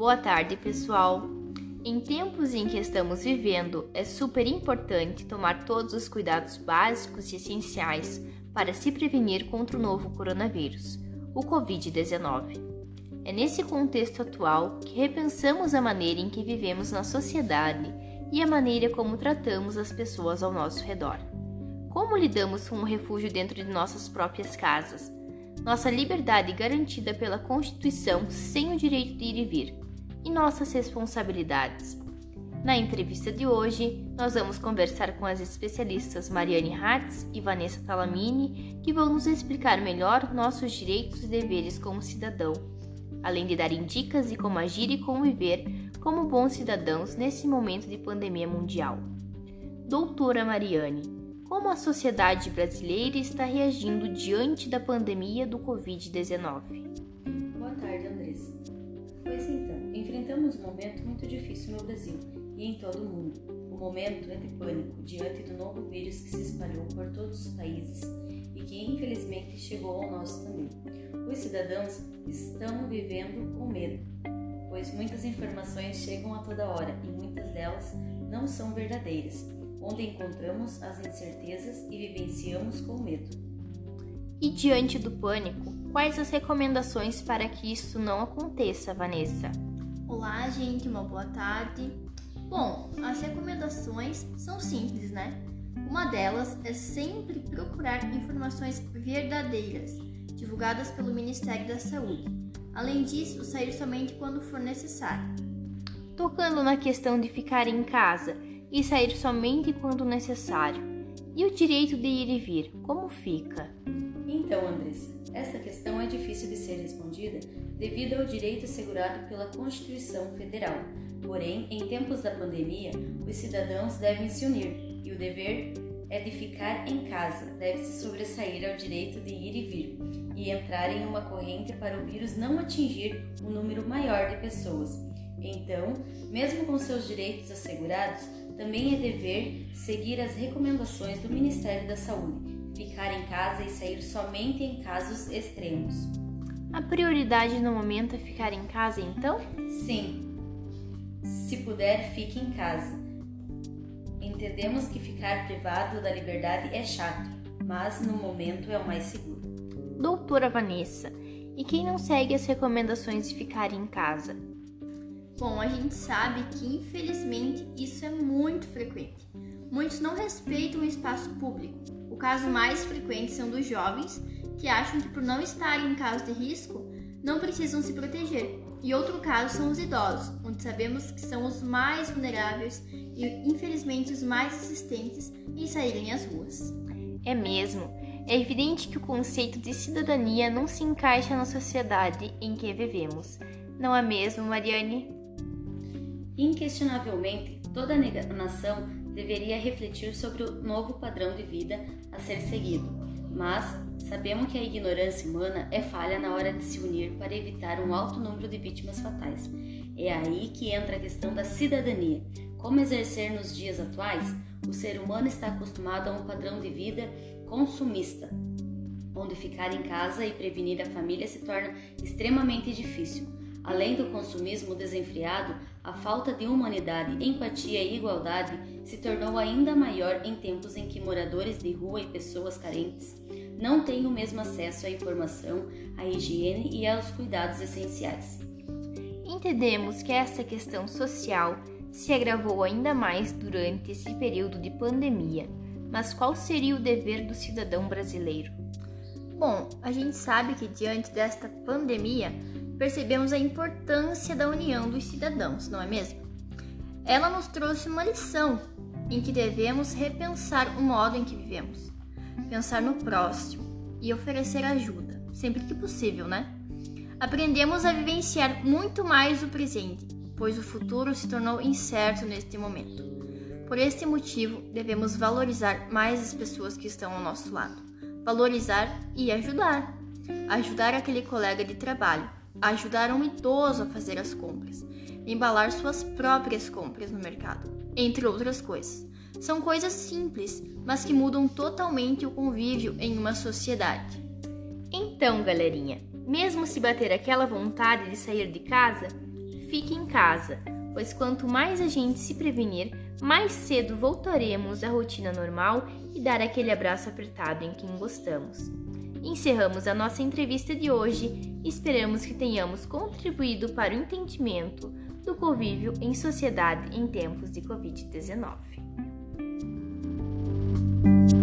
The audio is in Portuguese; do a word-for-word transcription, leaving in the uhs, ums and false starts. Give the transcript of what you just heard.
Boa tarde, pessoal! Em tempos em que estamos vivendo, é super importante tomar todos os cuidados básicos e essenciais para se prevenir contra o novo coronavírus, o covid dezenove. É nesse contexto atual que repensamos a maneira em que vivemos na sociedade e a maneira como tratamos as pessoas ao nosso redor. Como lidamos com o refúgio dentro de nossas próprias casas? Nossa liberdade garantida pela Constituição sem o direito de ir e vir, e nossas responsabilidades. Na entrevista de hoje, nós vamos conversar com as especialistas Mariane Hatz e Vanessa Talamini, que vão nos explicar melhor nossos direitos e deveres como cidadão, além de darem dicas de como agir e conviver como bons cidadãos nesse momento de pandemia mundial. Doutora Mariane, como a sociedade brasileira está reagindo diante da pandemia do covid dezenove? Boa tarde, Andressa. Pois então, enfrentamos um momento muito difícil no Brasil e em todo o mundo. O momento é de pânico diante do novo vírus que se espalhou por todos os países e que infelizmente chegou ao nosso também. Os cidadãos estão vivendo com medo, pois muitas informações chegam a toda hora e muitas delas não são verdadeiras, onde encontramos as incertezas e vivenciamos com medo. E diante do pânico, quais as recomendações para que isso não aconteça, Vanessa? Olá, gente, uma boa tarde. Bom, as recomendações são simples, né? Uma delas é sempre procurar informações verdadeiras, divulgadas pelo Ministério da Saúde. Além disso, sair somente quando for necessário. Tocando na questão de ficar em casa e sair somente quando necessário, e o direito de ir e vir, como fica? Então, Andressa, essa questão é difícil de ser respondida devido ao direito assegurado pela Constituição Federal. Porém, em tempos da pandemia, os cidadãos devem se unir e o dever é de ficar em casa, deve-se sobressair ao direito de ir e vir e entrar em uma corrente para o vírus não atingir um número maior de pessoas. Então, mesmo com seus direitos assegurados, também é dever seguir as recomendações do Ministério da Saúde, ficar em casa e sair somente em casos extremos. A prioridade no momento é ficar em casa, então? Sim. Se puder, fique em casa. Entendemos que ficar privado da liberdade é chato, mas no momento é o mais seguro. Doutora Vanessa, e quem não segue as recomendações de ficar em casa? Bom, a gente sabe que infelizmente isso é muito frequente. Muitos não respeitam o espaço público. O caso mais frequente são dos jovens que acham que por não estarem em caso de risco, não precisam se proteger. E outro caso são os idosos, onde sabemos que são os mais vulneráveis e infelizmente os mais resistentes em saírem às ruas. É mesmo. É evidente que o conceito de cidadania não se encaixa na sociedade em que vivemos. Não é mesmo, Mariane? Inquestionavelmente, toda nação deveria refletir sobre o novo padrão de vida a ser seguido, mas sabemos que a ignorância humana é falha na hora de se unir para evitar um alto número de vítimas fatais. É aí que entra a questão da cidadania. Como exercer nos dias atuais? O ser humano está acostumado a um padrão de vida consumista, onde ficar em casa e prevenir a família se torna extremamente difícil. Além do consumismo desenfreado, a falta de humanidade, empatia e igualdade se tornou ainda maior em tempos em que moradores de rua e pessoas carentes não têm o mesmo acesso à informação, à higiene e aos cuidados essenciais. Entendemos que essa questão social se agravou ainda mais durante esse período de pandemia, mas qual seria o dever do cidadão brasileiro? Bom, a gente sabe que diante desta pandemia, percebemos a importância da união dos cidadãos, não é mesmo? Ela nos trouxe uma lição em que devemos repensar o modo em que vivemos, pensar no próximo e oferecer ajuda, sempre que possível, né? Aprendemos a vivenciar muito mais o presente, pois o futuro se tornou incerto neste momento. Por este motivo, devemos valorizar mais as pessoas que estão ao nosso lado, valorizar e ajudar. Ajudar aquele colega de trabalho, ajudar um idoso a fazer as compras, embalar suas próprias compras no mercado, entre outras coisas. São coisas simples, mas que mudam totalmente o convívio em uma sociedade. Então, galerinha, mesmo se bater aquela vontade de sair de casa, fique em casa, pois quanto mais a gente se prevenir, mais cedo voltaremos à rotina normal e dar aquele abraço apertado em quem gostamos. Encerramos a nossa entrevista de hoje e esperamos que tenhamos contribuído para o entendimento do convívio em sociedade em tempos de covid dezenove.